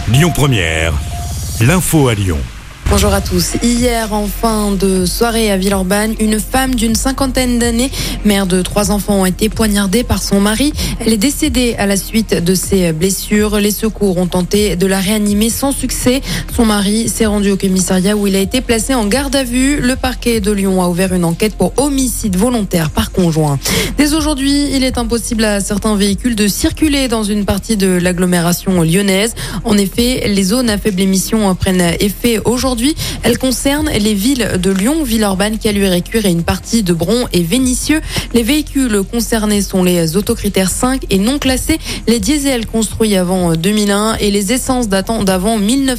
Lyon Première, l'info à Lyon. Bonjour à tous. Hier, en fin de soirée à Villeurbanne, une femme d'une cinquantaine d'années, mère de 3 enfants, a été poignardée par son mari. Elle est décédée à la suite de ses blessures. Les secours ont tenté de la réanimer sans succès. Son mari s'est rendu au commissariat où il a été placé en garde à vue. Le parquet de Lyon a ouvert une enquête pour homicide volontaire par conjoint. Dès aujourd'hui, il est impossible à certains véhicules de circuler dans une partie de l'agglomération lyonnaise. En effet, les zones à faible émission prennent effet aujourd'hui. Elle concerne les villes de Lyon, Villeurbanne, Caluire-et-Cuire et une partie de Bron et Vénissieux. Les véhicules concernés sont les autocritères 5 et non classés, les diesels construits avant 2001 et les essences datant d'avant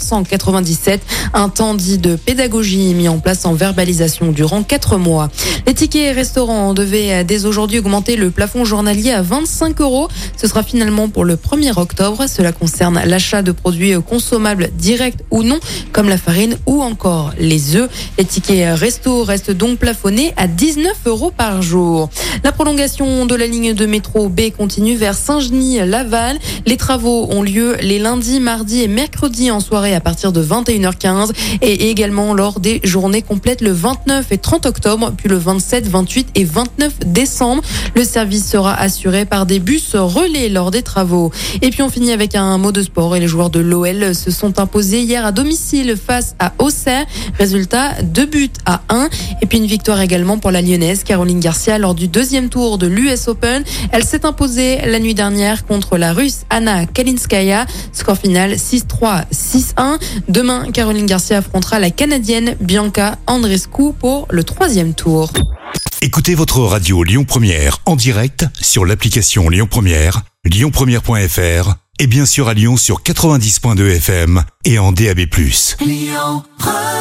1997. Un temps dit de pédagogie mis en place en verbalisation durant 4 mois. Les tickets restaurants devaient dès aujourd'hui augmenter le plafond journalier à 25 €. Ce sera finalement pour le 1er octobre. Cela concerne l'achat de produits consommables directs ou non, comme la farine ou encore les œufs. Les tickets resto restent donc plafonnés à 19 € par jour. La prolongation de la ligne de métro B continue vers Saint-Genis-Laval. Les travaux ont lieu les lundis, mardis et mercredis en soirée à partir de 21h15 et également lors des journées complètes le 29 et 30 octobre, puis le 27, 28 et 29 décembre. Le service sera assuré par des bus relais lors des travaux. Et puis on finit avec un mot de sport et les joueurs de l'OL se sont imposés hier à domicile face à Auxerre. Résultat, 2-1. Et puis une victoire également pour la Lyonnaise Caroline Garcia lors du 2e tour de l'US Open. Elle s'est imposée la nuit dernière contre la Russe Anna Kalinskaya. Score final 6-3, 6-1. Demain, Caroline Garcia affrontera la Canadienne Bianca Andreescu pour le 3e tour. Écoutez votre radio Lyon Première en direct sur l'application Lyon Première, lyonpremière.fr et bien sûr à Lyon sur 90.2 FM et en DAB+. Lyon Première.